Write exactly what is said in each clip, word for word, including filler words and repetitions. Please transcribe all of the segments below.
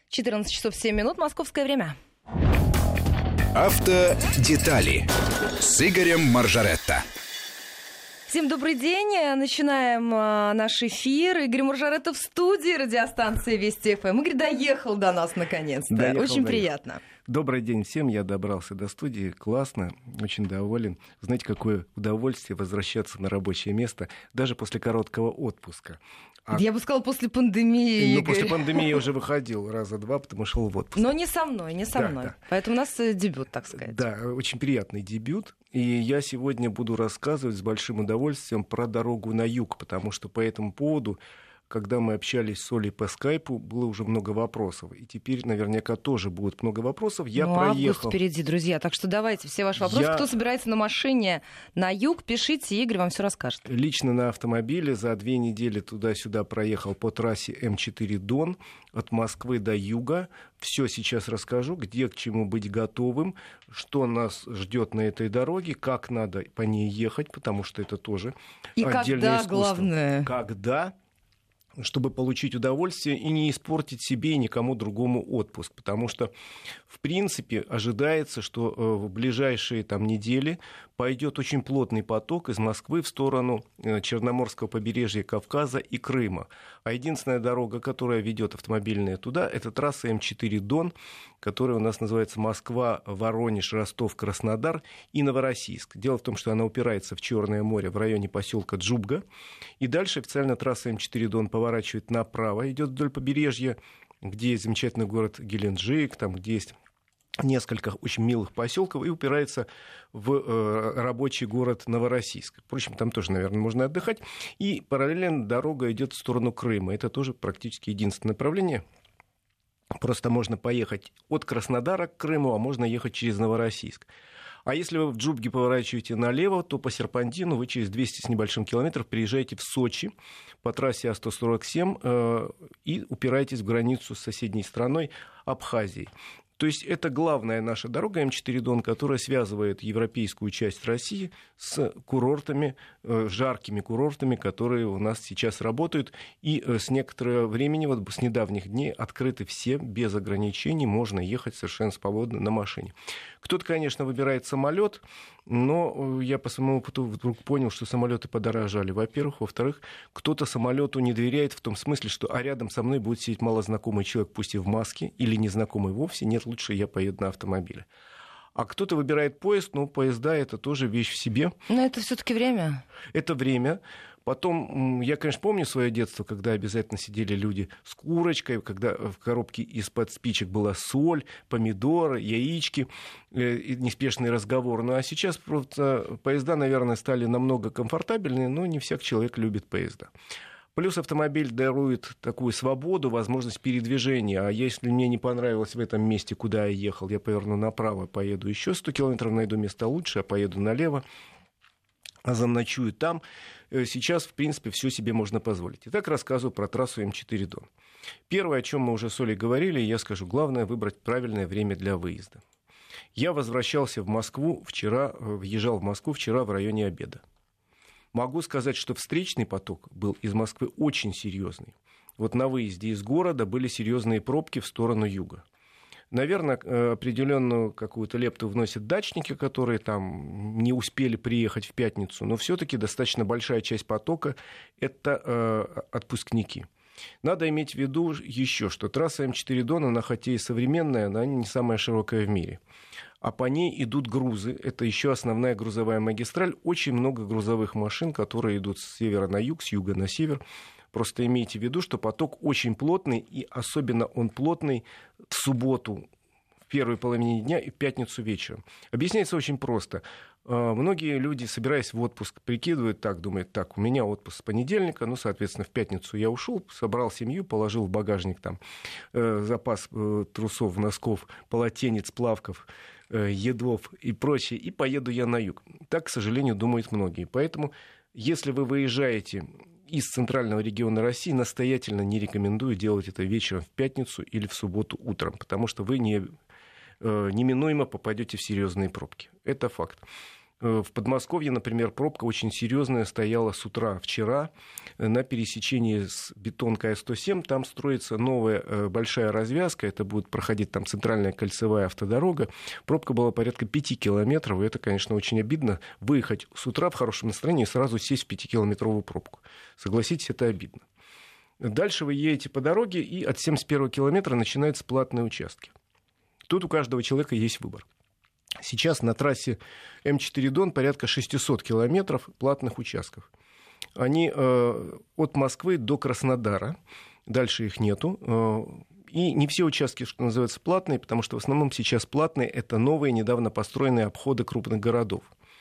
четырнадцать часов семь минут, московское время. Автодетали с Игорем Маржаретто. Всем добрый день. Начинаем а, наш эфир. Игорь Маржаретто в студии радиостанции Вести эф эм. Игорь доехал до нас наконец-то. Доехал, очень доехал. приятно. Добрый день всем. Я добрался до студии. Классно. Очень доволен. Знаете, какое удовольствие возвращаться на рабочее место даже после короткого отпуска. А... Я бы сказала, после пандемии, Ну, Игорь. после пандемии я уже выходил раза два, потому что шел в отпуск. Но не со мной, не со да, мной. Да. Поэтому у нас дебют, так сказать. Да, очень приятный дебют. И я сегодня буду рассказывать с большим удовольствием про дорогу на юг, потому что по этому поводу, когда мы общались с Олей по скайпу, было уже много вопросов. И теперь наверняка тоже будет много вопросов. Я ну, проехал... август впереди, друзья. Так что давайте все ваши вопросы. Я... Кто собирается на машине на юг, пишите, Игорь вам все расскажет. Лично на автомобиле за две недели туда-сюда проехал по трассе эм четыре Дон от Москвы до юга. Все сейчас расскажу, где к чему быть готовым, что нас ждет на этой дороге, как надо по ней ехать, потому что это тоже И отдельное когда, искусство. главное. Когда, чтобы получить удовольствие и не испортить себе и никому другому отпуск. Потому что, в принципе, ожидается, что в ближайшие там, недели пойдет очень плотный поток из Москвы в сторону Черноморского побережья Кавказа и Крыма. А единственная дорога, которая ведет автомобильная туда, это трасса эм четыре Дон, которая у нас называется Москва, Воронеж, Ростов, Краснодар и Новороссийск. Дело в том, что она упирается в Черное море в районе поселка Джубга. И дальше официально трасса эм четыре Дон поворачивает направо, идет вдоль побережья, где есть замечательный город Геленджик, там, где есть несколько очень милых поселков, и упирается в э, рабочий город Новороссийск. Впрочем, там тоже, наверное, можно отдыхать. И параллельно дорога идет в сторону Крыма. Это тоже практически единственное направление. Просто можно поехать от Краснодара к Крыму, а можно ехать через Новороссийск. А если вы в Джубге поворачиваете налево, то по серпантину вы через двести с небольшим километров приезжаете в Сочи по трассе А сто сорок семь э, и упираетесь в границу с соседней страной Абхазией. То есть это главная наша дорога эм четыре Дон, которая связывает европейскую часть России с курортами, жаркими курортами, которые у нас сейчас работают. И с некоторого времени, вот с недавних дней, открыты все без ограничений, можно ехать совершенно свободно на машине. Кто-то, конечно, выбирает самолет, но я по своему опыту вдруг понял, что самолеты подорожали. Во-первых. Во-вторых, кто-то самолету не доверяет в том смысле, что а рядом со мной будет сидеть малознакомый человек, пусть и в маске, или незнакомый вовсе. Нет, лучше я поеду на автомобиле. А кто-то выбирает поезд, ну, поезда — это тоже вещь в себе. Но это все-таки время. Это время. Потом, я, конечно, помню свое детство, когда обязательно сидели люди с курочкой, когда в коробке из-под спичек была соль, помидоры, яички, и неспешный разговор. Ну, а сейчас просто поезда, наверное, стали намного комфортабельнее, но не всякий человек любит поезда. Плюс автомобиль дарует такую свободу, возможность передвижения. А если мне не понравилось в этом месте, куда я ехал, я поверну направо, поеду еще сто километров, найду место лучше, а поеду налево, а заночую там. Сейчас, в принципе, все себе можно позволить. Итак, рассказываю про трассу эм четыре Дон. Первое, о чем мы уже с Олей говорили, я скажу, главное — выбрать правильное время для выезда. Я возвращался в Москву вчера, въезжал в Москву вчера в районе обеда. Могу сказать, что встречный поток был из Москвы очень серьезный. Вот на выезде из города были серьезные пробки в сторону юга. Наверное, определенную какую-то лепту вносят дачники, которые там не успели приехать в пятницу, но все-таки достаточно большая часть потока — это э, отпускники. Надо иметь в виду еще, что трасса эм четыре Дон, она хотя и современная, она не самая широкая в мире. А по ней идут грузы. Это еще основная грузовая магистраль. Очень много грузовых машин, которые идут с севера на юг, с юга на север. Просто имейте в виду, что поток очень плотный, и особенно он плотный в субботу, в первой половине дня и в пятницу вечером. Объясняется очень просто. Многие люди, собираясь в отпуск, прикидывают так, думают, так, у меня отпуск с понедельника, ну, соответственно, в пятницу я ушел, собрал семью, положил в багажник там э, запас э, трусов, носков, полотенец, плавков, э, едов и прочее, и поеду я на юг. Так, к сожалению, думают многие. Поэтому, если вы выезжаете из центрального региона России, настоятельно не рекомендую делать это вечером в пятницу или в субботу утром, потому что вы не, э, неминуемо попадете в серьезные пробки. Это факт. В Подмосковье, например, пробка очень серьезная стояла с утра вчера на пересечении с Бетонкой А сто семь. Там строится новая большая развязка. Это будет проходить там центральная кольцевая автодорога. Пробка была порядка пяти километров. И это, конечно, очень обидно. Выехать с утра в хорошем настроении и сразу сесть в пятикилометровую пробку. Согласитесь, это обидно. Дальше вы едете по дороге, и от семьдесят первого километра начинаются платные участки. Тут у каждого человека есть выбор. Сейчас на трассе Эм четыре Дон порядка шестьсот километров платных участков. Они э, от Москвы до Краснодара. Дальше их нету. Э, и не все участки, что называется, платные, потому что в основном сейчас платные — это новые, недавно построенные обходы крупных городов.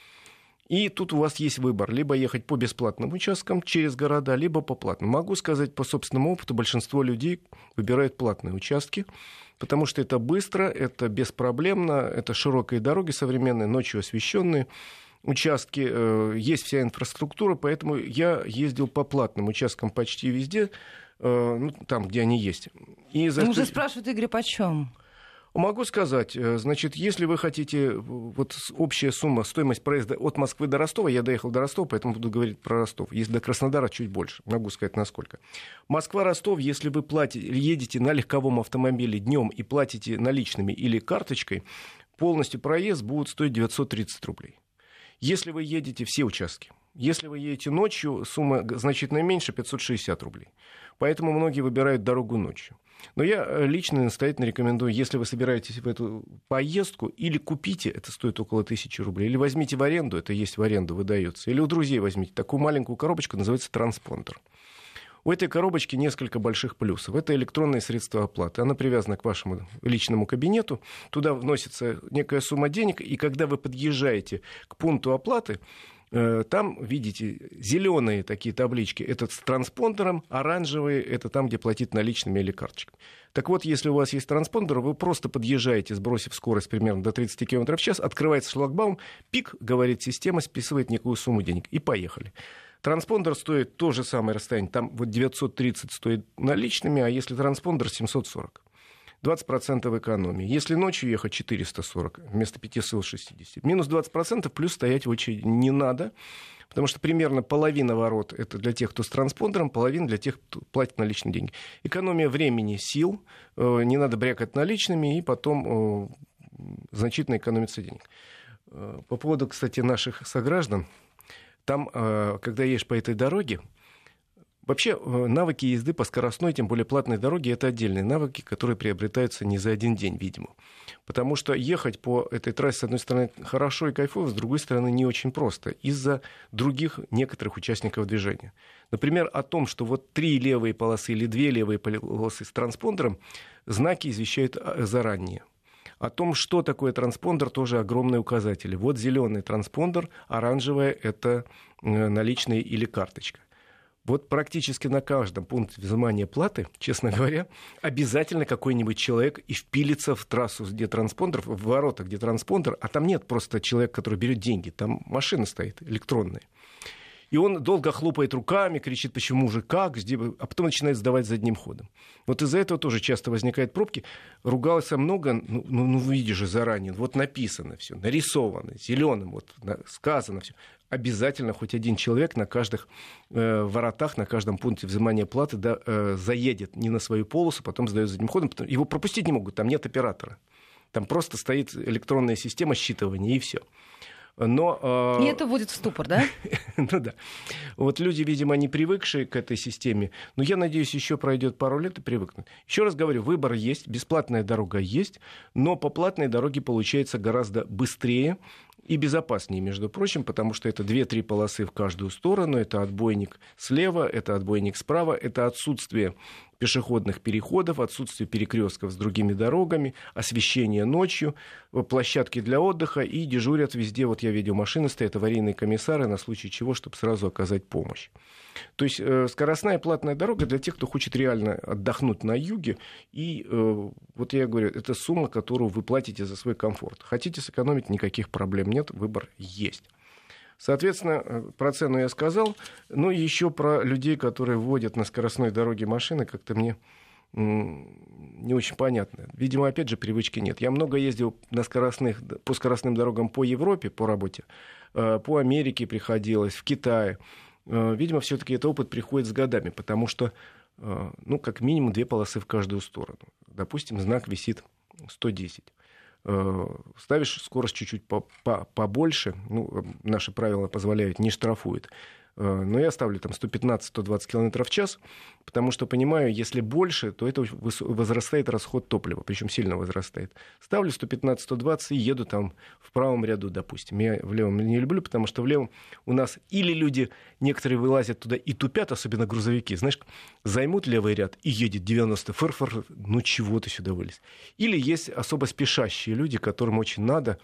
И тут у вас есть выбор. Либо ехать по бесплатным участкам через города, либо по платным. Могу сказать по собственному опыту, большинство людей выбирают платные участки, потому что это быстро, это беспроблемно, это широкие дороги современные, ночью освещенные участки, э, есть вся инфраструктура, поэтому я ездил по платным участкам почти везде, э, ну, там, где они есть. И за... Ну, уже спрашивают, Игорь, почем? Могу сказать, значит, если вы хотите, вот общая сумма, стоимость проезда от Москвы до Ростова, я доехал до Ростова, поэтому буду говорить про Ростов. Если до Краснодара, чуть больше, могу сказать, насколько. Москва-Ростов, если вы платите, едете на легковом автомобиле днем и платите наличными или карточкой, полностью проезд будет стоить девятьсот тридцать рублей. Если вы едете все участки, если вы едете ночью, сумма значительно меньше, пятьсот шестьдесят рублей. Поэтому многие выбирают дорогу ночью. Но я лично настоятельно рекомендую, если вы собираетесь в эту поездку, или купите, это стоит около тысячи рублей, или возьмите в аренду, это есть в аренду, выдается, или у друзей возьмите такую маленькую коробочку, называется транспондер. У этой коробочки несколько больших плюсов. Это электронное средство оплаты. Она привязана к вашему личному кабинету. Туда вносится некая сумма денег, и когда вы подъезжаете к пункту оплаты, там, видите, зеленые такие таблички, это с транспондером, оранжевые, это там, где платить наличными или карточками. Так вот, если у вас есть транспондер, вы просто подъезжаете, сбросив скорость примерно до тридцать километров в час, открывается шлагбаум, пик, говорит система, списывает некую сумму денег, и поехали. Транспондер стоит то же самое расстояние, там вот девятьсот тридцать стоит наличными, а если транспондер семьсот сорок. двадцать процентов экономии. Если ночью ехать, четыреста сорок, вместо пятисот шестидесяти. Минус двадцать процентов, плюс стоять в очереди не надо, потому что примерно половина ворот — это для тех, кто с транспондером, половина для тех, кто платит наличные деньги. Экономия времени, сил, не надо брякать наличными, и потом значительно экономится денег. По поводу, кстати, наших сограждан, там, когда едешь по этой дороге, вообще, навыки езды по скоростной, тем более платной дороге, это отдельные навыки, которые приобретаются не за один день, видимо. Потому что ехать по этой трассе, с одной стороны, хорошо и кайфово, с другой стороны, не очень просто, из-за других некоторых участников движения. Например, о том, что вот три левые полосы или две левые полосы с транспондером, знаки извещают заранее. О том, что такое транспондер, тоже огромные указатели. Вот зеленый транспондер, оранжевая — это наличные или карточка. Вот практически на каждом пункте взимания платы, честно говоря, обязательно какой-нибудь человек и впилится в трассу, где транспондер, в ворота, где транспондер, а там нет просто человека, который берет деньги, там машина стоит электронная. И он долго хлопает руками, кричит, почему же, как, а потом начинает сдавать задним ходом. Вот из-за этого тоже часто возникают пробки. Ругался много, ну, ну, ну видишь же заранее, вот написано все, нарисовано, зеленым, вот сказано все. Обязательно хоть один человек на каждых э, воротах, на каждом пункте взимания платы да, э, заедет не на свою полосу, потом сдает задним ходом. Потом, его пропустить не могут, там нет оператора. Там просто стоит электронная система считывания, и все. Но, э... И это вводит в ступор, да? Ну да. Вот люди, видимо, не привыкшие к этой системе. Но я надеюсь, еще пройдет пару лет и привыкнут. Еще раз говорю, выбор есть, бесплатная дорога есть, но по платной дороге получается гораздо быстрее и безопаснее, между прочим, потому что это две-три полосы в каждую сторону, это отбойник слева, это отбойник справа, это отсутствие пешеходных переходов, отсутствие перекрестков с другими дорогами, освещение ночью, площадки для отдыха, и дежурят везде, вот я видел, машины стоят, аварийные комиссары, на случай чего, чтобы сразу оказать помощь. То есть э, скоростная платная дорога для тех, кто хочет реально отдохнуть на юге, и э, вот я говорю, это сумма, которую вы платите за свой комфорт. Хотите сэкономить, никаких проблем нет, выбор есть. Соответственно, про цену я сказал. Ну и еще про людей, которые вводят на скоростной дороге машины, как-то мне не очень понятно. Видимо, опять же, привычки нет. Я много ездил на скоростных, по скоростным дорогам по Европе, по работе. по Америке приходилось, в Китае. Видимо, все-таки этот опыт приходит с годами, потому что, ну, как минимум, две полосы в каждую сторону. Допустим, знак висит сто десять. Ставишь скорость чуть-чуть побольше, ну, наши правила позволяют, не штрафуют. Но я ставлю там сто пятнадцать - сто двадцать километров в час, потому что понимаю, если больше, то это возрастает расход топлива, причем сильно возрастает. Ставлю сто пятнадцать - сто двадцать и еду там в правом ряду, допустим. Я в левом не люблю, потому что в левом у нас или люди, некоторые вылазят туда и тупят, особенно грузовики, знаешь, займут левый ряд и едет девяносто, фыр-фыр, ну чего ты сюда вылез. Или есть особо спешащие люди, которым очень надо,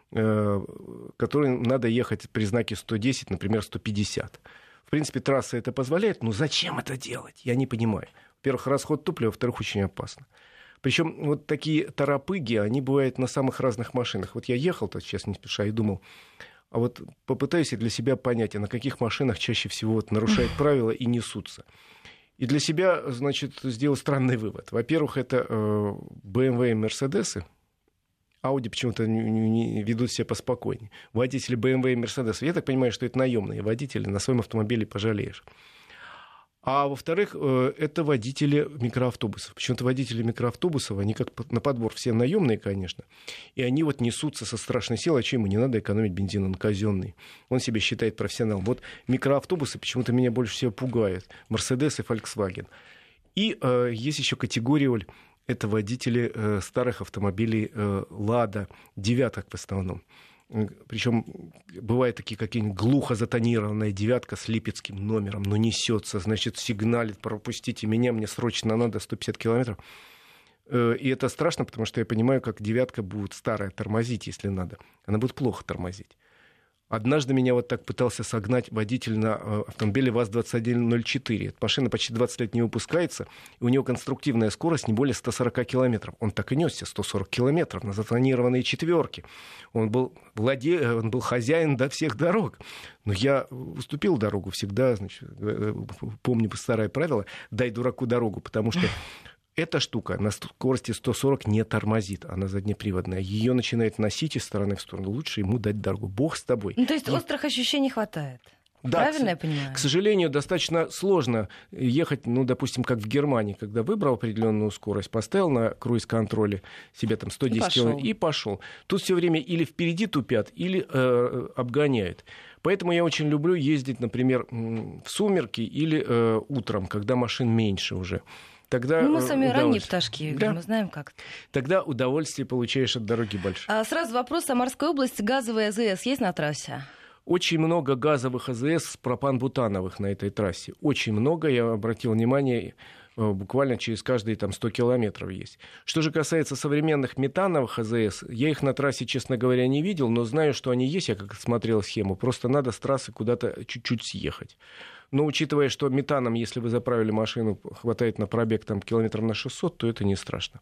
которым надо ехать при знаке сто десять, например, сто пятьдесят. В принципе, трасса это позволяет, но зачем это делать? Я не понимаю. Во-первых, расход топлива, во-вторых, очень опасно. Причем вот такие торопыги, они бывают на самых разных машинах. Вот я ехал, то сейчас не спеша, и думал, а вот попытаюсь я для себя понять, а на каких машинах чаще всего вот нарушают правила и несутся. И для себя, значит, сделал странный вывод. Во-первых, это э, бэ эм вэ и Мерседесы. Ауди почему-то не, не ведут себя поспокойнее. Водители бэ эм вэ и Мерседес, я так понимаю, что это наемные водители, на своем автомобиле пожалеешь. А во-вторых, это водители микроавтобусов. Почему-то водители микроавтобусов, они как на подбор все наемные, конечно, и они вот несутся со страшной силой, а чему ему не надо экономить бензин, он казенный. Он себя считает профессионалом. Вот микроавтобусы почему-то меня больше всего пугают. Мерседес и Volkswagen. И э, есть еще категория... Это водители э, старых автомобилей э, «Лада», девяток в основном. Причем бывают такие какие-нибудь глухо затонированная девятка с липецким номером, но несется, значит, сигналит, пропустите меня, мне срочно надо сто пятьдесят километров. Э, и это страшно, потому что я понимаю, как девятка будет старая тормозить, если надо. Она будет плохо тормозить. Однажды меня вот так пытался согнать водитель на автомобиле ВАЗ двадцать один ноль четыре. Эта машина почти двадцать лет не выпускается, и у него конструктивная скорость не более сто сорок километров. Он так и несся, сто сорок километров на затонированные четверки. Он был, владе... он был хозяин до всех дорог. Но я уступил дорогу всегда, значит, помню старое правило, дай дураку дорогу, потому что эта штука на скорости сто сорок не тормозит, она заднеприводная. Ее начинает носить из стороны в сторону. Лучше ему дать дорогу. Бог с тобой. Ну, то есть И... острых ощущений хватает. Да, правильно я понимаю? К сожалению, достаточно сложно ехать, ну, допустим, как в Германии, когда выбрал определенную скорость, поставил на круиз-контроле себе там сто десять километров и пошел. Тут все время или впереди тупят, или э, обгоняют. Поэтому я очень люблю ездить, например, в сумерки или э, утром, когда машин меньше уже. Тогда ну, мы с вами ранние пташки, да. Мы знаем как. Тогда удовольствие получаешь от дороги больше. А сразу вопрос. Самарская область, газовые АЗС есть на трассе? Очень много газовых АЗС пропан-бутановых на этой трассе. Очень много, я обратил внимание, буквально через каждые там, сто километров есть. Что же касается современных метановых АЗС, я их на трассе, честно говоря, не видел, но знаю, что они есть, я как смотрел схему. Просто надо с трассы куда-то чуть-чуть съехать. Но учитывая, что метаном, если вы заправили машину, хватает на пробег там, километров на шестьсот, то это не страшно.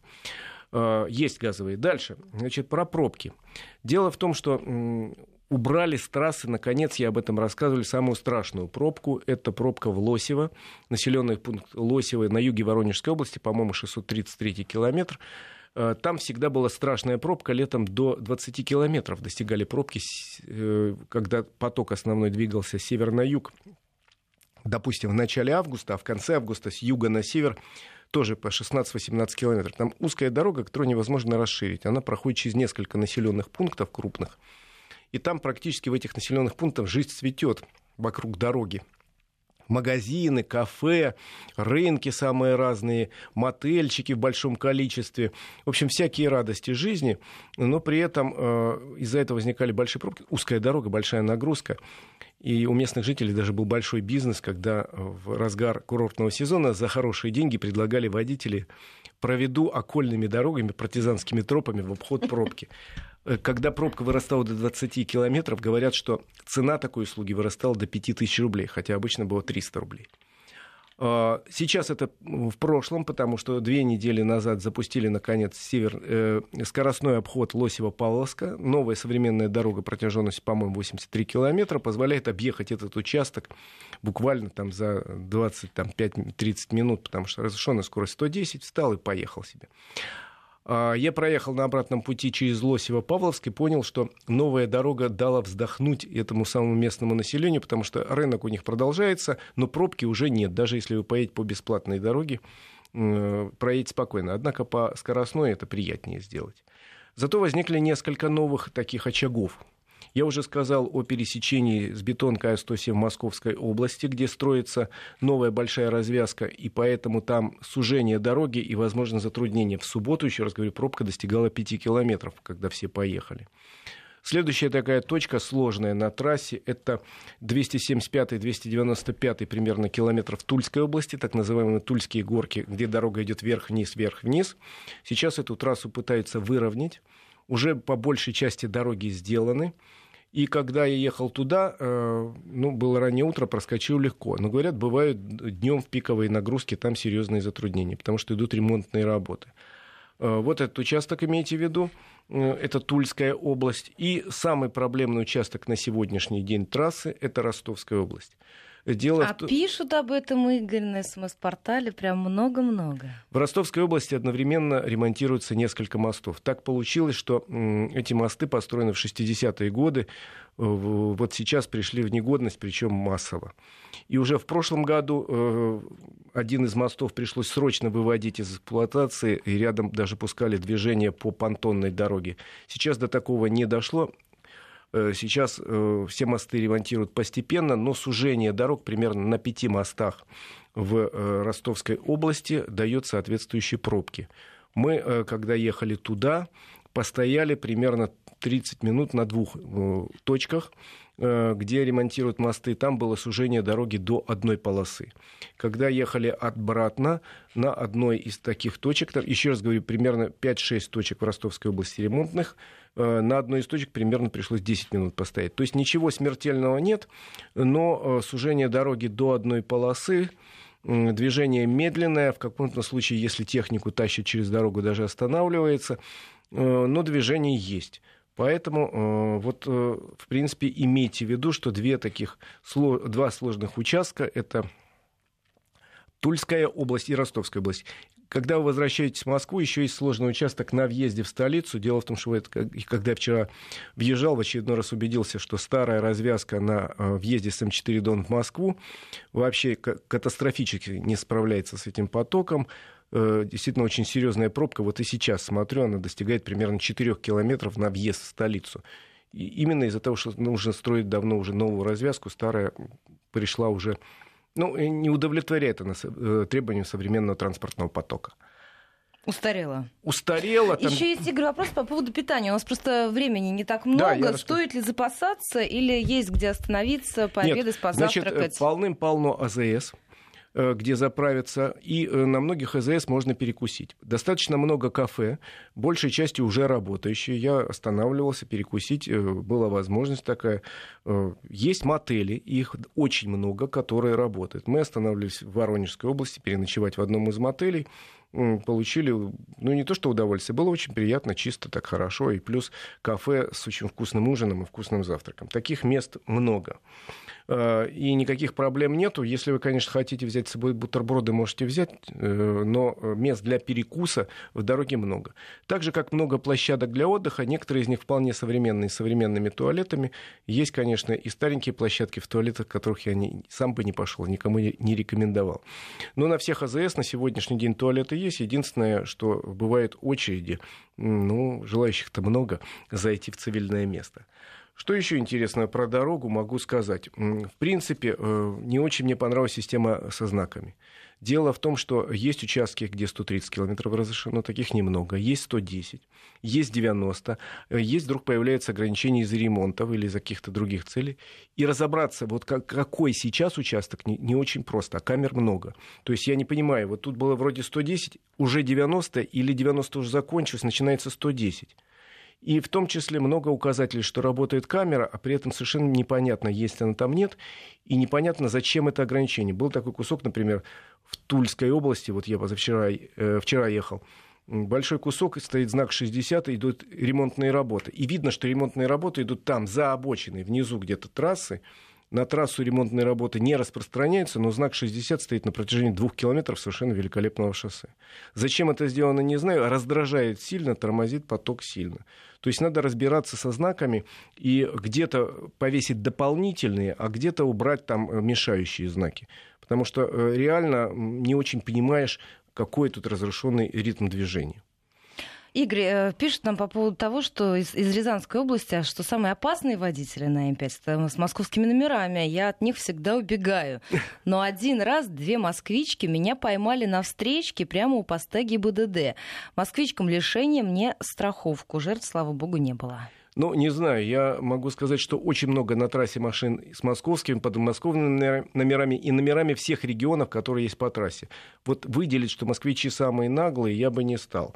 Есть газовые. Дальше, значит, про пробки. Дело в том, что убрали с трассы, наконец, я об этом рассказывал, самую страшную пробку. Это пробка в Лосево, населенный пункт Лосево на юге Воронежской области, по-моему, шестьсот тридцать третий километр. Там всегда была страшная пробка, летом до двадцати километров достигали пробки, когда поток основной двигался с севера на юг. Допустим, в начале августа, а в конце августа с юга на север тоже по шестнадцать-восемнадцать километров. Там узкая дорога, которую невозможно расширить. Она проходит через несколько населенных пунктов крупных. И там практически в этих населенных пунктах жизнь цветет вокруг дороги. Магазины, кафе, рынки самые разные, мотельчики в большом количестве. В общем, всякие радости жизни. Но при этом э, из-за этого возникали большие пробки. Узкая дорога, большая нагрузка. И у местных жителей даже был большой бизнес, когда в разгар курортного сезона за хорошие деньги предлагали водители: проведу окольными дорогами, партизанскими тропами в обход пробки. Когда пробка вырастала до двадцати километров, говорят, что цена такой услуги вырастала до пяти тысяч рублей, хотя обычно было триста рублей. Сейчас это в прошлом, потому что две недели назад запустили, наконец, север, э, скоростной обход Лосево-Павловска. Новая современная дорога протяженностью, по-моему, восемьдесят три километра, позволяет объехать этот участок буквально там, за двадцать пять - тридцать минут, потому что разрешенная скорость сто десять, встал и поехал себе. Я проехал на обратном пути через Лосево-Павловск и понял, что новая дорога дала вздохнуть этому самому местному населению, потому что рынок у них продолжается, но пробки уже нет. Даже если вы поедете по бесплатной дороге, проедете спокойно. Однако по скоростной это приятнее сделать. Зато возникли несколько новых таких очагов. Я уже сказал о пересечении с бетонкой А сто семь в Московской области, где строится новая большая развязка, и поэтому там сужение дороги и, возможно, затруднение. В субботу, еще раз говорю, пробка достигала пяти километров, когда все поехали. Следующая такая точка сложная на трассе — это двести семьдесят пятый - двести девяносто пятый примерно километр в Тульской области, так называемые Тульские горки, где дорога идет вверх-вниз, вверх-вниз. Сейчас эту трассу пытаются выровнять. Уже по большей части дороги сделаны. И когда я ехал туда, э, ну, было раннее утро, проскочил легко. Но, говорят, бывают днем в пиковые нагрузки, там серьезные затруднения, потому что идут ремонтные работы. Э, вот этот участок имейте в виду, э, это Тульская область. И самый проблемный участок на сегодняшний день трассы — это Ростовская область. Дело а в... пишут об этом, Игорь, на СМС-портале прям много-много. В Ростовской области одновременно ремонтируются несколько мостов. Так получилось, что эти мосты построены в шестидесятые годы, вот сейчас пришли в негодность, причем массово. И уже в прошлом году один из мостов пришлось срочно выводить из эксплуатации, и рядом даже пускали движение по понтонной дороге. Сейчас до такого не дошло. Сейчас э, все мосты ремонтируют постепенно, но сужение дорог примерно на пяти мостах в э, Ростовской области дает соответствующие пробки. Мы, э, когда ехали туда, постояли примерно тридцать минут на двух э, точках, э, где ремонтируют мосты. Там было сужение дороги до одной полосы. Когда ехали обратно, на одной из таких точек, еще раз говорю, примерно пять-шесть точек в Ростовской области ремонтных, на одной из точек примерно пришлось десять минут постоять. То есть ничего смертельного нет, но сужение дороги до одной полосы, движение медленное, в каком-то случае, если технику тащит через дорогу, даже останавливается, но движение есть. Поэтому вот, в принципе, имейте в виду, что две таких, два сложных участка — это Тульская область и Ростовская область. Когда вы возвращаетесь в Москву, еще есть сложный участок на въезде в столицу. Дело в том, что это, когда я вчера въезжал, в очередной раз убедился, что старая развязка на въезде с эм четыре Дон в Москву вообще катастрофически не справляется с этим потоком. Действительно очень серьезная пробка. Вот и сейчас смотрю, она достигает примерно четырёх километров на въезд в столицу. И именно из-за того, что нужно строить давно уже новую развязку, старая пришла уже... Ну, не удовлетворяет она требованиям современного транспортного потока. Устарела. Устарела. Там... Еще есть, Игорь, вопрос по поводу питания. У нас просто времени не так много. Да, стоит ли запасаться или есть где остановиться, пообедать, позавтракать? Значит, полным-полно а зэ эс, где заправиться, и на многих а зэ эс можно перекусить. Достаточно много кафе, большей частью уже работающие. Я останавливался перекусить, была возможность такая. Есть мотели, их очень много, которые работают. Мы останавливались в Воронежской области, переночевать в одном из мотелей. Получили, ну, не то что удовольствие, было очень приятно, чисто, так хорошо, и плюс кафе с очень вкусным ужином и вкусным завтраком. Таких мест много. И никаких проблем нету. Если вы, конечно, хотите взять с собой бутерброды, можете взять, но мест для перекуса в дороге много. Так же, как много площадок для отдыха, некоторые из них вполне современные, с современными туалетами. Есть, конечно, и старенькие площадки, в туалетах которых я не, сам бы не пошел, никому не рекомендовал. Но на всех а зэ эс на сегодняшний день туалеты есть. Единственное, что бывают очереди, ну, желающих-то много, зайти в цивильное место. Что еще интересного про дорогу могу сказать? В принципе, не очень мне понравилась система со знаками. Дело в том, что есть участки, где сто тридцать километров разрешено, таких немного. Есть сто десять, есть девяносто. Есть, вдруг появляется ограничение из-за ремонтов или из-за каких-то других целей. И разобраться, вот какой сейчас участок, не, не очень просто, а камер много. То есть я не понимаю, вот тут было вроде сто десять, уже девяносто, или девяносто уже закончилось, начинается сто десять. И в том числе много указателей, что работает камера, а при этом совершенно непонятно, есть ли она там, нет. И непонятно, зачем это ограничение. Был такой кусок, например, в Тульской области, вот я позавчера, э, вчера ехал, большой кусок, стоит знак шестьдесят, идут ремонтные работы. И видно, что ремонтные работы идут там, за обочиной, внизу где-то трассы, на трассу ремонтные работы не распространяются, но знак шестьдесят стоит на протяжении двух километров совершенно великолепного шоссе. Зачем это сделано, не знаю. Раздражает сильно, тормозит поток сильно. То есть надо разбираться со знаками и где-то повесить дополнительные, а где-то убрать там мешающие знаки. Потому что реально не очень понимаешь, какой тут разрешенный ритм движения. Игорь пишет нам по поводу того, что из, из Рязанской области, что самые опасные водители на эм пять это с московскими номерами. Я от них всегда убегаю. Но один раз две москвички меня поймали на встречке прямо у поста ГИБДД. Москвичкам лишение, мне страховку. Жертв, слава богу, не было. Ну, не знаю, я могу сказать, что очень много на трассе машин с московскими, подмосковными номерами и номерами всех регионов, которые есть по трассе. Вот выделить, что москвичи самые наглые, я бы не стал.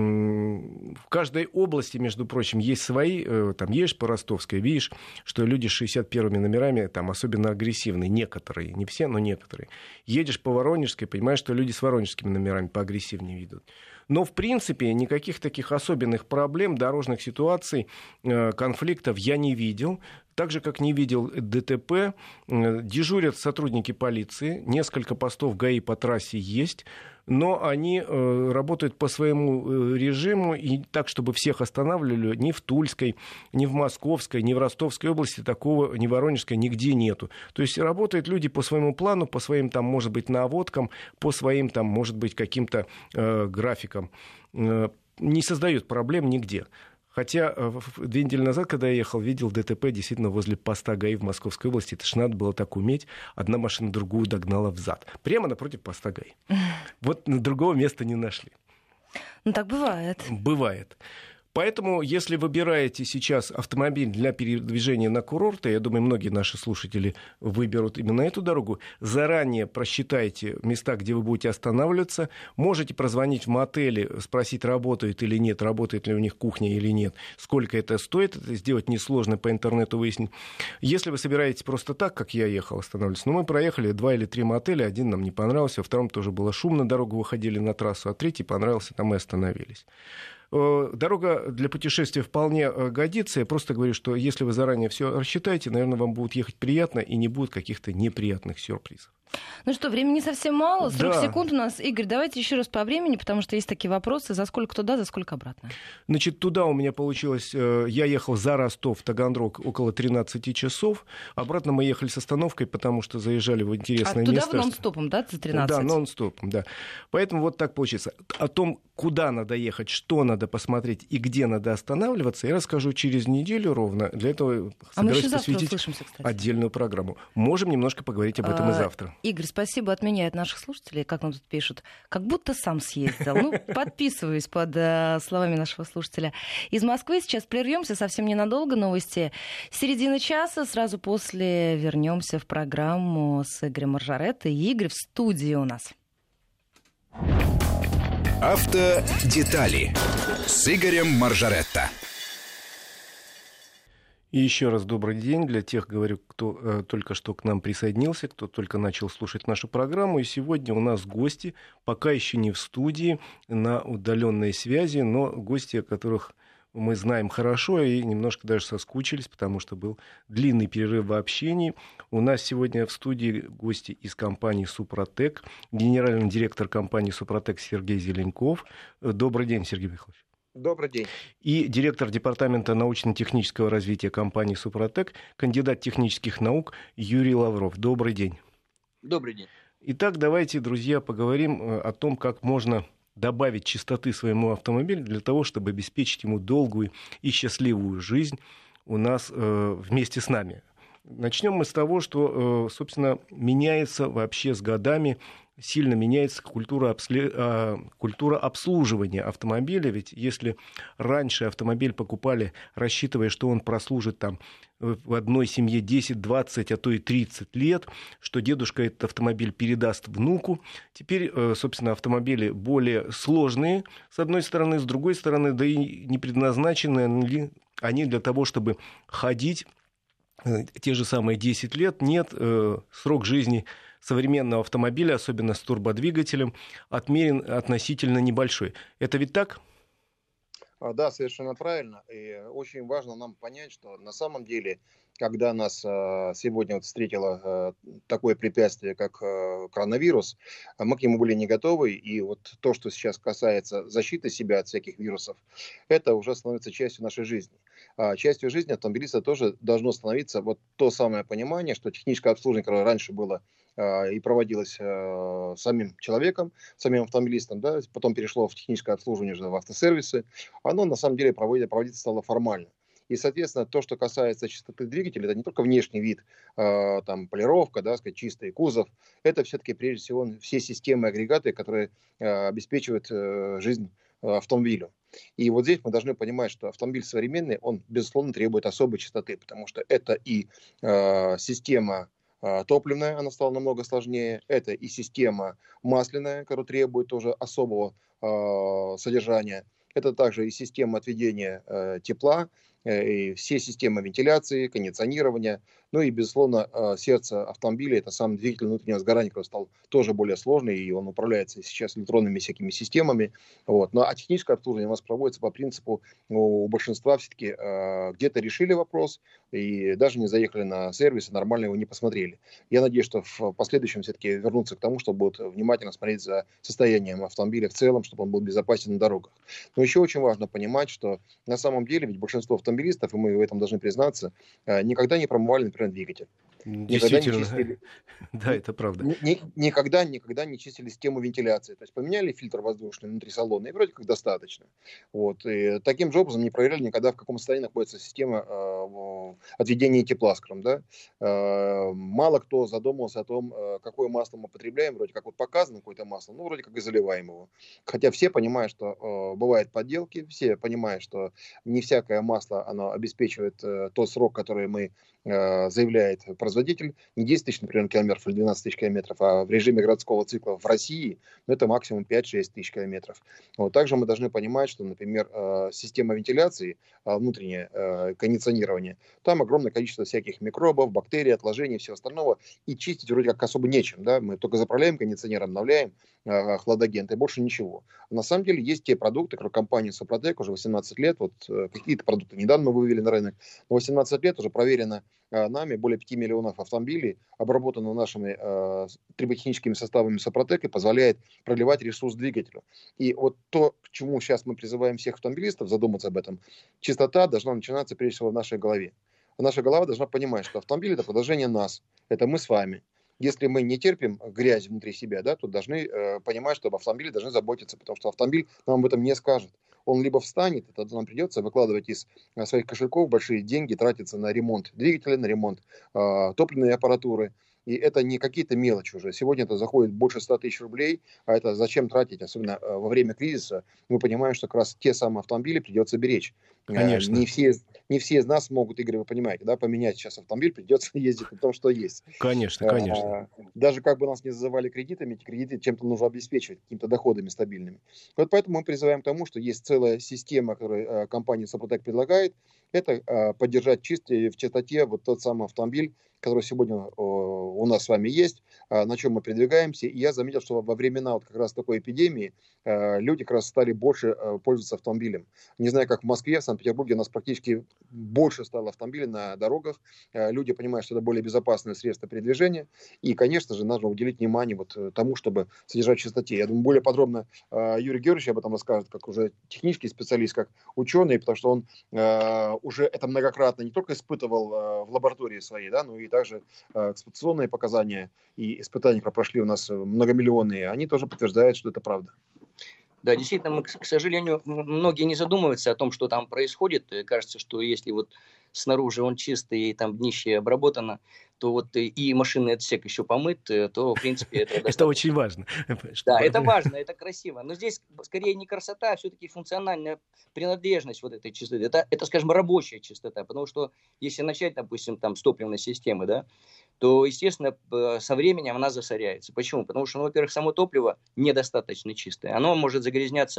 В каждой области, между прочим, есть свои, там едешь по Ростовской, видишь, что люди с шестьдесят первыми номерами там особенно агрессивные, некоторые, не все, но некоторые. Едешь по Воронежской, понимаешь, что люди с воронежскими номерами поагрессивнее ведут. Но, в принципе, никаких таких особенных проблем, дорожных ситуаций, конфликтов я не видел. Так же, как не видел ДТП, дежурят сотрудники полиции, несколько постов ГАИ по трассе есть, но они э, работают по своему э, режиму, и так, чтобы всех останавливали, ни в Тульской, ни в Московской, ни в Ростовской области такого, ни в Воронежской, нигде нету. То есть работают люди по своему плану, по своим, там, может быть, наводкам, по своим, там, может быть, каким-то э, графикам. Э, не создают проблем нигде. Хотя две недели назад, когда я ехал, видел ДТП действительно возле поста ГАИ в Московской области. Это ж надо было так уметь. Одна машина другую догнала взад. Прямо напротив поста ГАИ. Вот другого места не нашли. Ну, так бывает. Бывает. Поэтому, если выбираете сейчас автомобиль для передвижения на курорты, я думаю, многие наши слушатели выберут именно эту дорогу, заранее просчитайте места, где вы будете останавливаться, можете прозвонить в мотеле, спросить, работает или нет, работает ли у них кухня или нет, сколько это стоит, это сделать несложно, по интернету выяснить. Если вы собираетесь просто так, как я ехал, останавливаться, ну, мы проехали два или три мотеля, один нам не понравился, во втором тоже было шумно, дорогу выходили на трассу, а третий понравился, там мы остановились. Дорога для путешествия вполне годится. Я просто говорю, что если вы заранее все рассчитаете, наверное, вам будет ехать приятно и не будет каких-то неприятных сюрпризов. Ну что, времени совсем мало, сорок да. секунд у нас. Игорь, давайте еще раз по времени, потому что есть такие вопросы. За сколько туда, за сколько обратно? Значит, туда у меня получилось... Я ехал за Ростов, Таганрог, около тринадцать часов. Обратно мы ехали с остановкой, потому что заезжали в интересное а место. А туда нон-стопом, да, за тринадцать? Да, нон-стопом, да. Поэтому вот так получится. О том, куда надо ехать, что надо посмотреть и где надо останавливаться, я расскажу через неделю ровно. Для этого а мы собираюсь посвятить отдельную программу. Можем немножко поговорить об этом а, и завтра. Игорь, спасибо, отменяет наших слушателей, как нам тут пишут. Как будто сам съездил. Ну, подписываюсь под э, словами нашего слушателя. Из Москвы сейчас прервемся совсем ненадолго. Новости середины часа. Сразу после вернемся в программу с Игорем Маржаретто. И Игорь в студии у нас. Автодетали с Игорем Маржаретто. И еще раз добрый день для тех, говорю, кто э, только что к нам присоединился, кто только начал слушать нашу программу. И сегодня у нас гости, пока еще не в студии, на удаленной связи, но гости, о которых мы знаем хорошо и немножко даже соскучились, потому что был длинный перерыв в общении. У нас сегодня в студии гости из компании «Супротек», генеральный директор компании «Супротек» Сергей Зеленков. Добрый день, Сергей Михайлович. Добрый день. И директор департамента научно-технического развития компании «Супротек», кандидат технических наук Юрий Лавров. Добрый день. Добрый день. Итак, давайте, друзья, поговорим о том, как можно добавить чистоты своему автомобилю для того, чтобы обеспечить ему долгую и счастливую жизнь у нас э, вместе с нами. Начнем мы с того, что, э, собственно, меняется вообще с годами, сильно меняется культура, обсле... э, культура обслуживания автомобиля. Ведь если раньше автомобиль покупали, рассчитывая, что он прослужит там в одной семье десять, двадцать, а то и тридцать лет, что дедушка этот автомобиль передаст внуку. Теперь, собственно, автомобили более сложные, с одной стороны, с другой стороны, да и не предназначены они для того, чтобы ходить те же самые десять лет. Нет, срок жизни современного автомобиля, особенно с турбодвигателем, отмерен относительно небольшой. Это ведь так? А, Да, совершенно правильно. И очень важно нам понять, что на самом деле, когда нас а, сегодня вот встретило а, такое препятствие, как а, коронавирус, а мы к нему были не готовы. И вот то, что сейчас касается защиты себя от всяких вирусов, это уже становится частью нашей жизни. А частью жизни автомобилиста тоже должно становиться вот то самое понимание, что техническое обслуживание, которое раньше было а, и проводилось а, самим человеком, самим автомобилистом, да, потом перешло в техническое обслуживание уже в автосервисы, оно на самом деле проводится, проводиться стало формально. И, соответственно, то, что касается чистоты двигателя, это не только внешний вид, э, там, полировка, да, сказать, чистый кузов, это все-таки, прежде всего, все системы, агрегаты, которые э, обеспечивают э, жизнь э, автомобилю. И вот здесь мы должны понимать, что автомобиль современный, он, безусловно, требует особой чистоты, потому что это и э, система э, топливная, она стала намного сложнее, это и система масляная, которая требует тоже особого э, содержания. Это также и система отведения э, тепла, э, и все системы вентиляции, кондиционирования. Ну и, безусловно, э, сердце автомобиля – это сам двигатель внутреннего сгорания, который стал тоже более сложный, и он управляется сейчас электронными всякими системами. Вот. Ну, а техническое обслуживание у нас проводится по принципу, ну, у большинства все-таки э, где-то решили вопрос, и даже не заехали на сервис, и нормально его не посмотрели. Я надеюсь, что в последующем все-таки вернутся к тому, что будут внимательно смотреть за состоянием автомобиля в целом, чтобы он был безопасен на дорогах. Но еще очень важно понимать, что на самом деле ведь большинство автомобилистов, и мы в этом должны признаться, э, никогда не промывали, например, двигатель. Никогда не Действительно, чистили, да, это правда. ни- ни- никогда, никогда не чистили систему вентиляции. То есть поменяли фильтр воздушный внутри салона, и вроде как достаточно. Вот. И таким же образом не проверяли никогда, в каком состоянии находится система э, отведения тепла, скажем, да. Э, мало кто задумывался о том, э, какое масло мы потребляем. Вроде как вот показано какое-то масло, ну, вроде как и заливаем его. Хотя все понимают, что э, бывают подделки, все понимают, что не всякое масло, оно обеспечивает э, тот срок, который мы э, заявляет производитель. Не десять тысяч, например, километров или двенадцать тысяч километров, а в режиме городского цикла в России, ну, это максимум пять-шесть тысяч километров. Вот. Также мы должны понимать, что, например, э, система вентиляции, э, внутреннее э, кондиционирование, там огромное количество всяких микробов, бактерий, отложений и всего остального, и чистить вроде как особо нечем, да, мы только заправляем кондиционер, обновляем э, хладагент и больше ничего. На самом деле есть те продукты, которые компания Супротек уже восемнадцать лет, вот э, какие-то продукты недавно мы вывели на рынок, но восемнадцать лет уже проверено э, нами, более пяти миллионов автомобилей, обработано нашими э, триботехническими составами Супротек и позволяет продлевать ресурс двигателю. И вот то, к чему сейчас мы призываем всех автомобилистов задуматься об этом, чистота должна начинаться прежде всего в нашей голове. Наша голова должна понимать, что автомобиль – это продолжение нас, это мы с вами. Если мы не терпим грязь внутри себя, да, то должны э, понимать, что об автомобиле должны заботиться, потому что автомобиль нам об этом не скажет. Он либо встанет, это нам придется выкладывать из э, своих кошельков большие деньги, тратиться на ремонт двигателя, на ремонт э, топливной аппаратуры. И это не какие-то мелочи уже. Сегодня это заходит больше ста тысяч рублей, а это зачем тратить, особенно э, во время кризиса. Мы понимаем, что как раз те самые автомобили придется беречь. Э, Конечно. Не все, не все из нас могут, Игорь, вы понимаете, да, поменять сейчас автомобиль, придется ездить на том, что есть. Конечно, конечно. Даже как бы нас не зазывали кредитами, эти кредиты чем-то нужно обеспечивать, какими-то доходами стабильными. Вот поэтому мы призываем к тому, что есть целая система, которую компания Супротек предлагает, это поддержать чистой, в чистоте вот тот самый автомобиль, который сегодня у нас с вами есть, на чем мы передвигаемся. И я заметил, что во времена вот как раз такой эпидемии люди как раз стали больше пользоваться автомобилем. Не знаю, как в Москве, в Санкт-Петербурге у нас практически больше стало автомобилей на дорогах. Люди понимают, что это более безопасное средство передвижения. И, конечно же, нужно уделить внимание вот тому, чтобы содержать в чистоте. Я думаю, более подробно Юрий Георгиевич об этом расскажет, как уже технический специалист, как ученый, потому что он уже это многократно не только испытывал в лаборатории своей, да, но и также эксплуатационные показания и испытания, которые прошли у нас многомиллионные, они тоже подтверждают, что это правда. Да, действительно, мы, к сожалению, многие не задумываются о том, что там происходит. Кажется, что если вот снаружи он чистый и там днище обработано, то вот и машинный отсек еще помыт, то, в принципе, это достаточно. Это очень важно. Да, это важно, это красиво. Но здесь скорее не красота, а все-таки функциональная принадлежность вот этой чистоты. Это, это, скажем, рабочая чистота. Потому что если начать, допустим, там с топливной системы, да, то, естественно, со временем она засоряется. Почему? Потому что, ну, во-первых, само топливо недостаточно чистое. Оно может загрязняться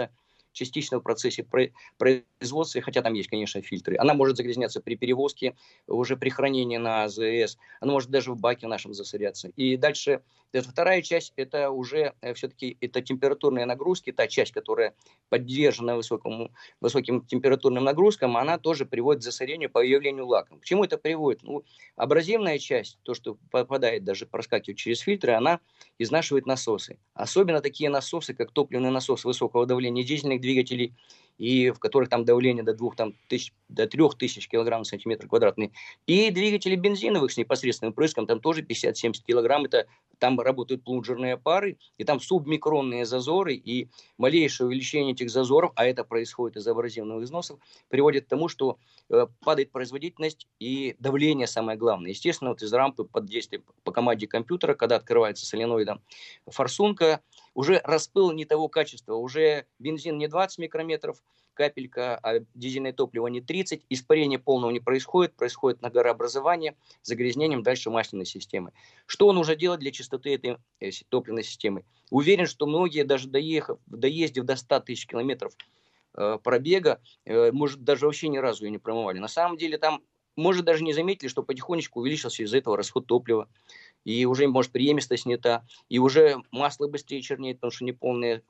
частично в процессе производства, хотя там есть, конечно, фильтры. Она может загрязняться при перевозке, уже при хранении на АЗС. Она может даже в баке нашем засоряться. И дальше, это вторая часть, это уже все-таки это температурные нагрузки, та часть, которая подвержена высокому, высоким температурным нагрузкам, она тоже приводит к засорению, появлению лаком. К чему это приводит? Ну, абразивная часть, то, что попадает, даже проскакивает через фильтры, она изнашивает насосы. Особенно такие насосы, как топливный насос высокого давления дизельных двигателей, и в которых там давление до двух, там, тысяч, до трех тысяч килограмм в сантиметр квадратный. И двигатели бензиновых с непосредственным впрыском, там тоже пятьдесят-семьдесят килограмм, это там работают плунжерные пары, и там субмикронные зазоры, и малейшее увеличение этих зазоров, а это происходит из-за абразивных износов, приводит к тому, что э, падает производительность и давление самое главное. Естественно, вот из рампы под действием по команде компьютера, когда открывается соленоидом форсунка, уже распыл не того качества, уже бензин не двадцать микрометров, капелька, а дизельное топливо не тридцать, испарение полного не происходит, происходит нагорообразование, загрязнением дальше масляной системы. Что нужно делать для чистоты этой э, топливной системы? Уверен, что многие, даже доехав, доездив до ста тысяч километров э, пробега, э, может, даже вообще ни разу ее не промывали. На самом деле там, может, даже не заметили, что потихонечку увеличился из-за этого расход топлива. И уже, может, преемистость не та, и уже масло быстрее чернеет, потому что неполные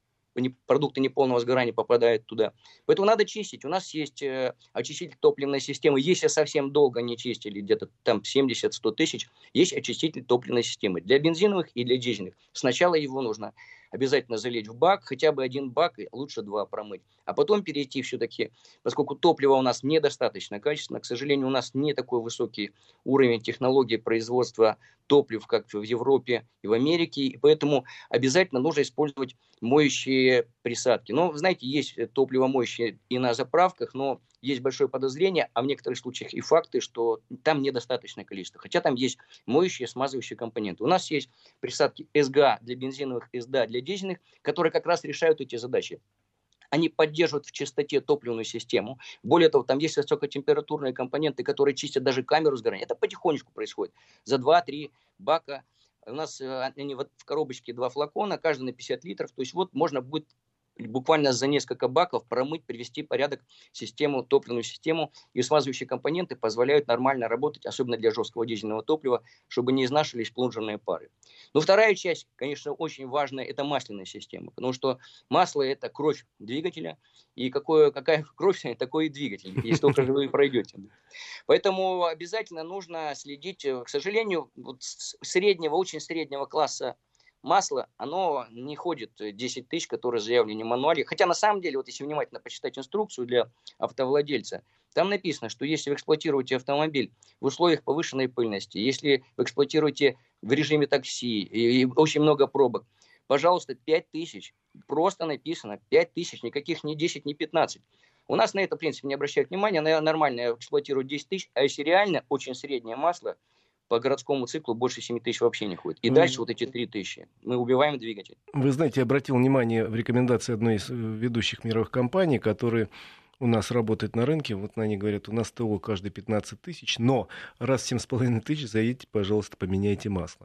продукты неполного сгорания попадают туда. Поэтому надо чистить. У нас есть э, очиститель топливной системы. Если совсем долго не чистили, где-то там семьдесят-сто тысяч, есть очиститель топливной системы для бензиновых и для дизельных. Сначала его нужно обязательно залить в бак, хотя бы один бак, лучше два промыть. А потом перейти все-таки, поскольку топлива у нас недостаточно качественно, к сожалению, у нас не такой высокий уровень технологии производства топлив, как в Европе и в Америке, и поэтому обязательно нужно использовать моющие присадки. Но, знаете, есть топливо моющие и на заправках, но есть большое подозрение, а в некоторых случаях и факты, что там недостаточное количество. Хотя там есть моющие, смазывающие компоненты. У нас есть присадки эс гэ а для бензиновых, эс дэ а для дизельных, которые как раз решают эти задачи. Они поддерживают в чистоте топливную систему. Более того, там есть высокотемпературные компоненты, которые чистят даже камеру сгорания. Это потихонечку происходит. За два-три бака. У нас они вот в коробочке два флакона, каждый на пятьдесят литров. То есть вот можно будет буквально за несколько баков промыть, привести в порядок систему, топливную систему. И смазывающие компоненты позволяют нормально работать, особенно для жесткого дизельного топлива, чтобы не изнашивались плунжерные пары. Но вторая часть, конечно, очень важная, это масляная система. Потому что масло – это кровь двигателя. И какое, какая кровь, такой и двигатель, если только вы пройдете. Поэтому обязательно нужно следить. К сожалению, вот среднего, очень среднего класса масло, оно не ходит десять тысяч, которые заявлены в мануале. Хотя на самом деле, вот если внимательно почитать инструкцию для автовладельца, там написано, что если вы эксплуатируете автомобиль в условиях повышенной пыльности, если вы эксплуатируете в режиме такси и очень много пробок, пожалуйста, пять тысяч. Просто написано пять тысяч, никаких ни десять, ни пятнадцать. У нас на это, в принципе, не обращают внимания, на нормально эксплуатируют десять тысяч, а если реально очень среднее масло, по городскому циклу больше семь тысяч вообще не ходит. И mm. дальше вот эти три тысячи. Мы убиваем двигатель. Вы знаете, я обратил внимание в рекомендации одной из ведущих мировых компаний, которые у нас работают на рынке. Вот они говорят, у нас ТО каждые пятнадцать тысяч, но раз в семь с половиной тысяч заедете, пожалуйста, поменяйте масло.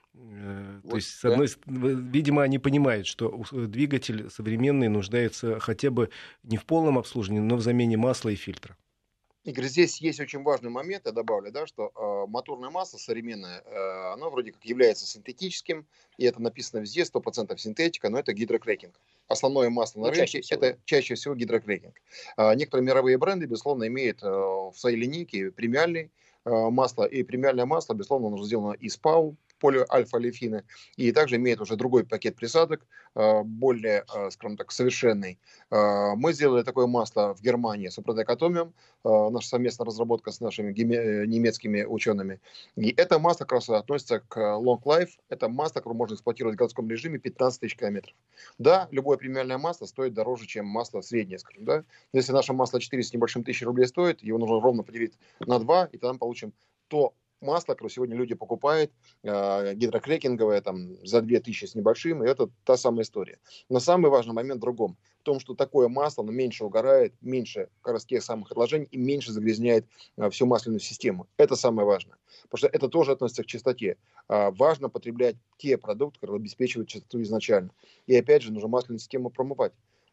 Вот, то есть, с одной стороны, видимо, они понимают, что двигатель современный нуждается хотя бы не в полном обслуживании, но в замене масла и фильтра. Игорь, здесь есть очень важный момент, я добавлю, да, что э, моторное масло современное, э, оно вроде как является синтетическим, и это написано везде, сто процентов синтетика, но это гидрокрекинг. Основное масло на ну, рынке – это чаще всего гидрокрекинг. Э, некоторые мировые бренды, безусловно, имеют э, в своей линейке премиальное э, масло, и премиальное масло, безусловно, оно сделано из ПАУ, полиальфа-олефины, и также имеет уже другой пакет присадок, более, скажем так, совершенный. Мы сделали такое масло в Германии с Супротек Атомиум, наша совместная разработка с нашими немецкими учеными. И это масло как раз относится к Long Life, это масло, которое можно эксплуатировать в городском режиме пятнадцать тысяч километров. Да, любое премиальное масло стоит дороже, чем масло среднее, скажем, да. Если наше масло четыре с небольшим тысячи рублей стоит, его нужно ровно поделить на два, и тогда мы получим то масло, которое сегодня люди покупают, э, гидрокрекинговое, там, за две тысячи с небольшим, и это та самая история. Но самый важный момент в другом. В том, что такое масло, оно меньше угорает, меньше как раз тех самых отложений и меньше загрязняет э, всю масляную систему. Это самое важное. Потому что это тоже относится к чистоте. Э, важно потреблять те продукты, которые обеспечивают чистоту изначально. И опять же, нужно масляную систему промывать.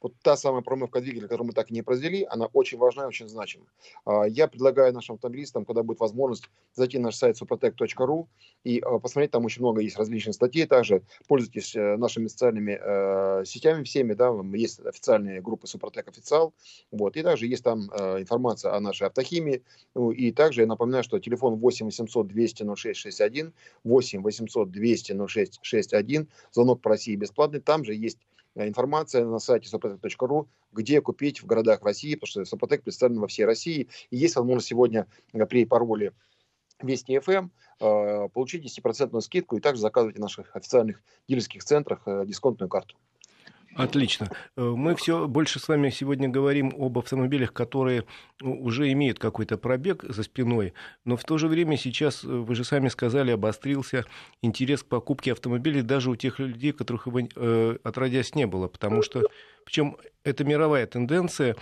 вот та самая промывка двигателя, которую мы так и не произвели, она очень важна и очень значима. Я предлагаю нашим автомобилистам, когда будет возможность, зайти на наш сайт супротек точка ру и посмотреть, там очень много есть различных статей. Также пользуйтесь нашими социальными э, сетями всеми, да, есть официальные группы Супротек Официал, вот, и также есть там э, информация о нашей автохимии. Ну, и также я напоминаю, что телефон восемь восемьсот двести ноль шесть шестьдесят один, восемь восемьсот двести ноль шесть шестьдесят один, звонок по России бесплатный. Там же есть информация на сайте супротек точка ру, где купить в городах России, потому что Супротек представлен во всей России. И есть возможность сегодня при пароле Вести эф эм получить десятипроцентную скидку и также заказывать в наших официальных дилерских центрах дисконтную карту. Отлично. Мы все больше с вами сегодня говорим об автомобилях, которые уже имеют какой-то пробег за спиной, но в то же время сейчас, вы же сами сказали, обострился интерес к покупке автомобилей даже у тех людей, которых его э, отродясь не было, потому что, причем это мировая тенденция,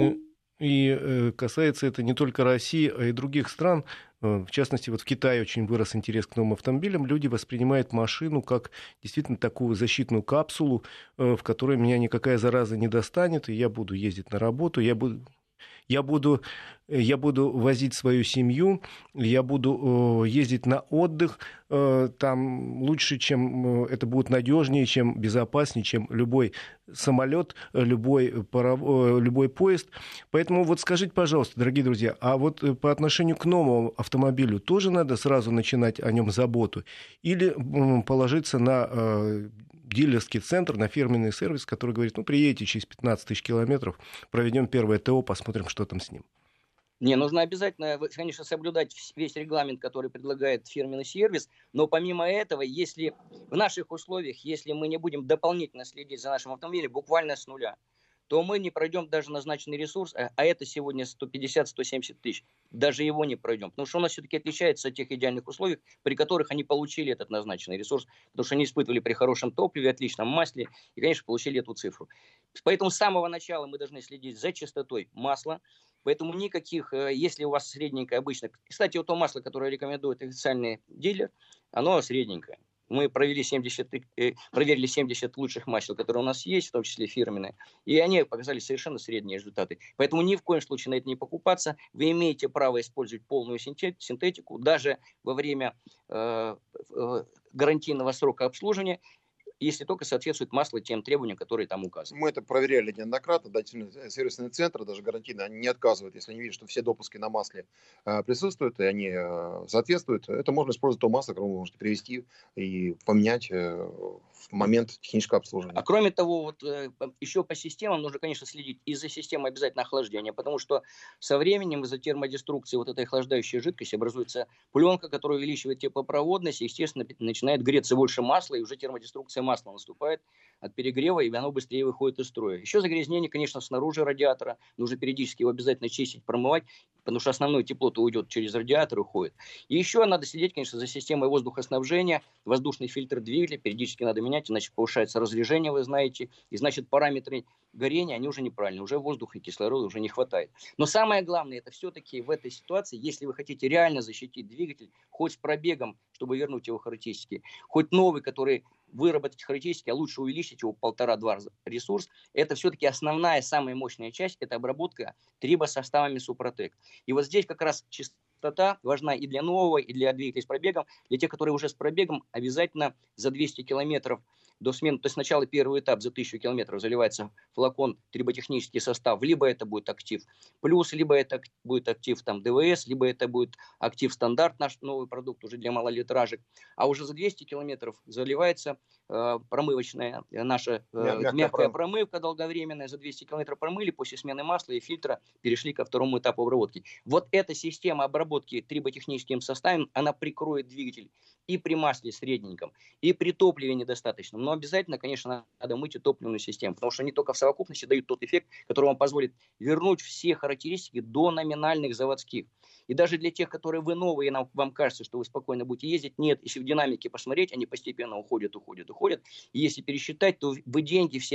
и касается это не только России, а и других стран. В частности, вот в Китае очень вырос интерес к новым автомобилям. Люди воспринимают машину как действительно такую защитную капсулу, в которой меня никакая зараза не достанет, и я буду ездить на работу, я буду... Я буду, я буду возить свою семью, я буду э, ездить на отдых, э, там лучше, чем, э, это будет надежнее, чем безопаснее, чем любой самолет, любой, паров, э, любой поезд. Поэтому вот скажите, пожалуйста, дорогие друзья, а вот по отношению к новому автомобилю тоже надо сразу начинать о нем заботу? Или э, положиться на... Э, дилерский центр, на фирменный сервис, который говорит, ну, приедете через пятнадцать тысяч километров, проведем первое ТО, посмотрим, что там с ним. Не, нужно обязательно, конечно, соблюдать весь регламент, который предлагает фирменный сервис, но помимо этого, если в наших условиях, если мы не будем дополнительно следить за нашим автомобилем буквально с нуля, то мы не пройдем даже назначенный ресурс, а это сегодня сто пятьдесят - сто семьдесят тысяч. Даже его не пройдем. Потому что у нас все-таки отличается от тех идеальных условий, при которых они получили этот назначенный ресурс, потому что они испытывали при хорошем топливе, отличном масле и, конечно, получили эту цифру. Поэтому с самого начала мы должны следить за чистотой масла. Поэтому никаких, если у вас средненькое обычно... Кстати, вот то масло, которое рекомендует официальный дилер, оно средненькое. Мы провели семьдесят, э, проверили семьдесят лучших масел, которые у нас есть, в том числе фирменные, и они показали совершенно средние результаты. Поэтому ни в коем случае на это не покупаться. Вы имеете право использовать полную синтетику, даже во время э, э, гарантийного срока обслуживания, если только соответствует масло тем требованиям, которые там указаны. Мы это проверяли неоднократно, да, сервисные центры, даже гарантийно, они не отказывают, если они видят, что все допуски на масле э, присутствуют, и они э, соответствуют. Это можно использовать то масло, которое вы можете привезти и поменять э, в момент технического обслуживания. А кроме того, вот, э, еще по системам нужно, конечно, следить и за системой обязательно охлаждения, потому что со временем из-за термодеструкции вот этой охлаждающей жидкости образуется пленка, которая увеличивает теплопроводность, и, естественно, начинает греться больше масла, и уже термодеструкция масло наступает от перегрева, и оно быстрее выходит из строя. Еще загрязнение, конечно, снаружи радиатора. Нужно периодически его обязательно чистить, промывать, потому что основное тепло-то уйдет через радиатор, уходит. И еще надо следить, конечно, за системой воздухоснабжения. Воздушный фильтр двигателя периодически надо менять, иначе повышается разрежение, вы знаете. И, значит, параметры горения, они уже неправильные. Уже воздуха и кислорода уже не хватает. Но самое главное, это все-таки в этой ситуации, если вы хотите реально защитить двигатель, хоть с пробегом, чтобы вернуть его характеристики, хоть новый, который выработать характеристики, а лучше увеличить его полтора-два ресурс, это все-таки основная, самая мощная часть, это обработка трибосоставами Супротек. И вот здесь как раз чистота важна и для нового, и для двигателей с пробегом. Для тех, которые уже с пробегом, обязательно за двести километров до смены, то есть сначала первый этап за тысячу километров заливается флакон триботехнический состав, либо это будет актив плюс, либо это будет актив там ДВС, либо это будет актив стандарт, наш новый продукт уже для малолитражек, а уже за двести километров заливается э, промывочная наша э, мягкая, мягкая промывка долговременная, за двести километров промыли, после смены масла и фильтра перешли ко второму этапу обработки. Вот эта система обработки триботехническим составом, она прикроет двигатель и при масле средненьком, и при топливе недостаточном. Но обязательно, конечно, надо мыть и топливную систему, потому что они только в совокупности дают тот эффект, который вам позволит вернуть все характеристики до номинальных заводских. И даже для тех, которые вы новые, нам, вам кажется, что вы спокойно будете ездить, нет, если в динамике посмотреть, они постепенно уходят, уходят, уходят. И если пересчитать, то вы деньги все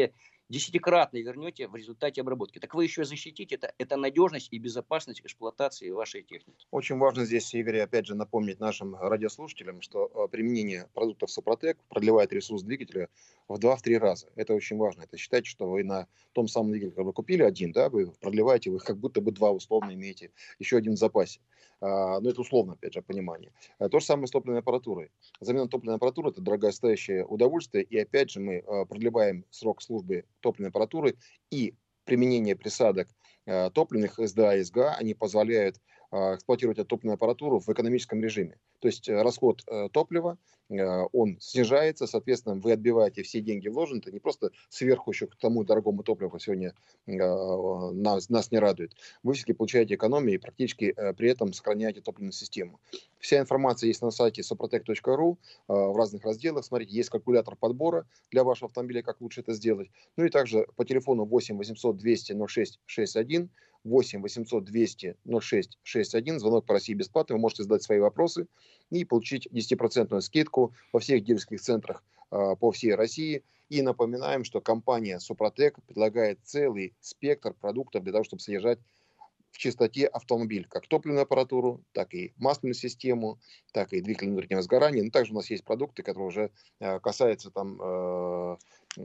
десятикратно вернете в результате обработки. Так вы еще защитите это, это надежность и безопасность эксплуатации вашей техники. Очень важно здесь, Игорь, опять же напомнить нашим радиослушателям, что применение продуктов Супротек продлевает ресурс двигателя в два-три раза. Это очень важно. Это считайте, что вы на том самом двигателе, который вы купили один, да, вы продлеваете, вы как будто бы два условно имеете, еще один в запасе. А, но это условно, опять же, понимание. А, то же самое с топливной аппаратурой. Замена топливной аппаратуры – это дорогостоящее удовольствие, и опять же мы а, продлеваем срок службы топливной аппаратуры, и применение присадок а, топливных эс дэ а и эс гэ а, они позволяют а, эксплуатировать эту топливную аппаратуру в экономическом режиме. То есть расход а, топлива, а, он снижается, соответственно, вы отбиваете все деньги вложенные, это не просто сверху еще к тому дорогому топливу сегодня а, нас, нас не радует. Вы все-таки получаете экономию и практически а, при этом сохраняете топливную систему. Вся информация есть на сайте супротек точка ру а, в разных разделах. Смотрите, есть калькулятор подбора для вашего автомобиля, как лучше это сделать. Ну и также по телефону восемь восемьсот двести ноль шесть шестьдесят один, восемь восемьсот двести ноль шесть шестьдесят один, звонок по России бесплатный, вы можете задать свои вопросы и получить десятипроцентную скидку во всех дилерских центрах а, по всей России. И напоминаем, что компания Супротек предлагает целый спектр продуктов для того, чтобы содержать в чистоте автомобиль, как топливную аппаратуру, так и масляную систему, так и двигатель внутреннего сгорания. Но также у нас есть продукты, которые уже э, касаются там, э,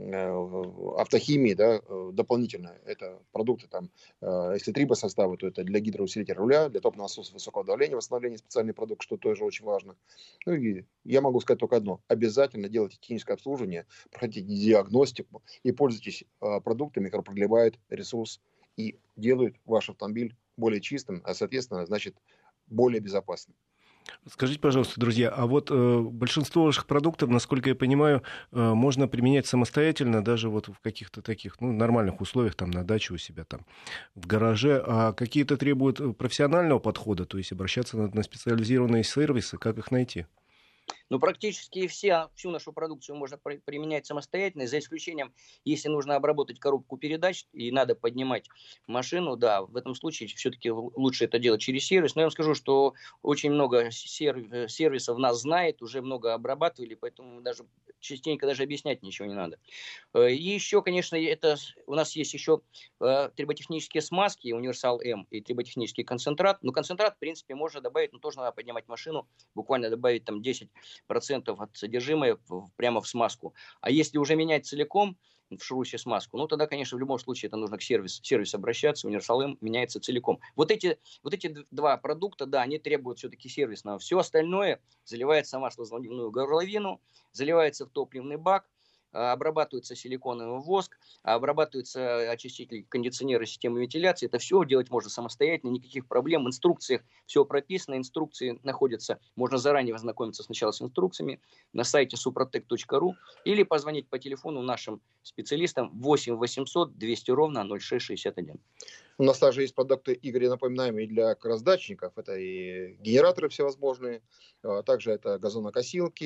э, автохимии, да, э, дополнительно. Это продукты, там, э, если трибосоставы, то это для гидроусилителя руля, для топливного насоса высокого давления, восстановление специальный продукт, что тоже очень важно. Ну и я могу сказать только одно. Обязательно делайте техническое обслуживание, проходите диагностику и пользуйтесь э, продуктами, которые продлевают ресурс и делают ваш автомобиль более чистым, а, соответственно, значит, более безопасным. Скажите, пожалуйста, друзья, а вот э, большинство ваших продуктов, насколько я понимаю, э, можно применять самостоятельно, даже вот в каких-то таких, ну, нормальных условиях, там, на даче у себя, там, в гараже, а какие-то требуют профессионального подхода, то есть обращаться на, на специализированные сервисы, как их найти? Ну, практически все, всю нашу продукцию можно при, применять самостоятельно, за исключением, если нужно обработать коробку передач и надо поднимать машину, да, в этом случае все-таки лучше это делать через сервис. Но я вам скажу, что очень много серв, сервисов нас знает, уже много обрабатывали, поэтому даже частенько даже объяснять ничего не надо. И еще, конечно, это, у нас есть еще триботехнические смазки, Универсал М и триботехнический концентрат. Но концентрат, в принципе, можно добавить, но тоже надо поднимать машину, буквально добавить там десять процентов от содержимого прямо в смазку. А если уже менять целиком в шрусе смазку, ну тогда, конечно, в любом случае это нужно к сервису, сервис обращаться, Универсал М меняется целиком. Вот эти, вот эти два продукта, да, они требуют все-таки сервисного. Все остальное заливается в маслозаливную горловину, заливается в топливный бак, обрабатывается силиконовый воск, обрабатывается очиститель кондиционера системы вентиляции. Это все делать можно самостоятельно, никаких проблем. В инструкциях все прописано, инструкции находятся, можно заранее ознакомиться сначала с инструкциями на сайте супротек точка ру или позвонить по телефону нашим специалистам восемь восемьсот двести ровно ноль шесть шестьдесят один. У нас также есть продукты, Игорь, напоминаем, и для раздатчиков. Это и генераторы всевозможные, также это газонокосилки,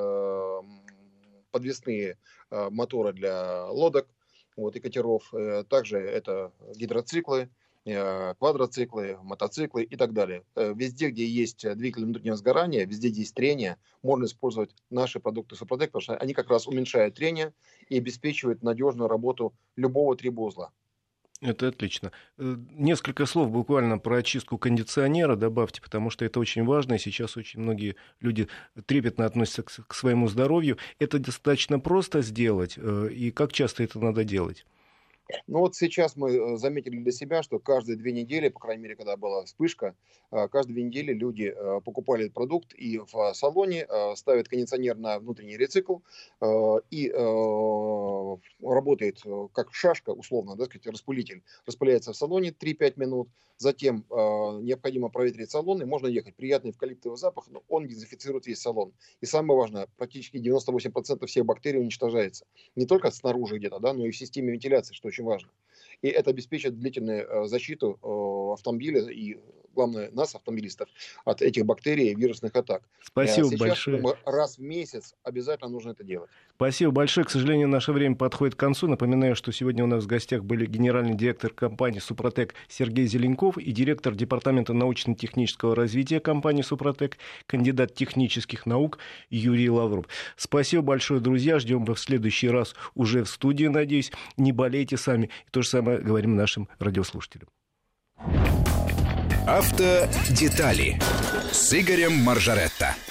это подвесные э, моторы для лодок, вот, и катеров. Э, также это гидроциклы, э, квадроциклы, мотоциклы и так далее. Э, везде, где есть двигатель внутреннего сгорания, везде, где есть трение, можно использовать наши продукты Супротек, потому что они как раз уменьшают трение и обеспечивают надежную работу любого трибоузла. Это отлично. Несколько слов буквально про очистку кондиционера добавьте, потому что это очень важно, и сейчас очень многие люди трепетно относятся к своему здоровью. Это достаточно просто сделать, и как часто это надо делать? Ну вот сейчас мы заметили для себя, что каждые две недели, по крайней мере, когда была вспышка, каждые две недели люди покупали этот продукт и в салоне ставят кондиционер на внутренний рецикл и работает как шашка, условно, да, сказать, распылитель. Распыляется в салоне три-пять минут, затем необходимо проветрить салон, и можно ехать. Приятный эвкалиптовый запах, но он дезинфицирует весь салон. И самое важное, практически девяносто восемь процентов всех бактерий уничтожается. Не только снаружи где-то, да, но и в системе вентиляции, что очень важно. И это обеспечит длительную защиту автомобиля и главное, нас, автомобилистов, от этих бактерий и вирусных атак. Спасибо Сейчас большое. Раз в месяц обязательно нужно это делать. Спасибо большое. К сожалению, наше время подходит к концу. Напоминаю, что сегодня у нас в гостях были генеральный директор компании «Супротек» Сергей Зеленков и директор департамента научно-технического развития компании «Супротек», кандидат технических наук Юрий Лавров. Спасибо большое, друзья. Ждем вас в следующий раз уже в студии, надеюсь. Не болейте сами. И то же самое говорим нашим радиослушателям. Автодетали с Игорем Маржаретто.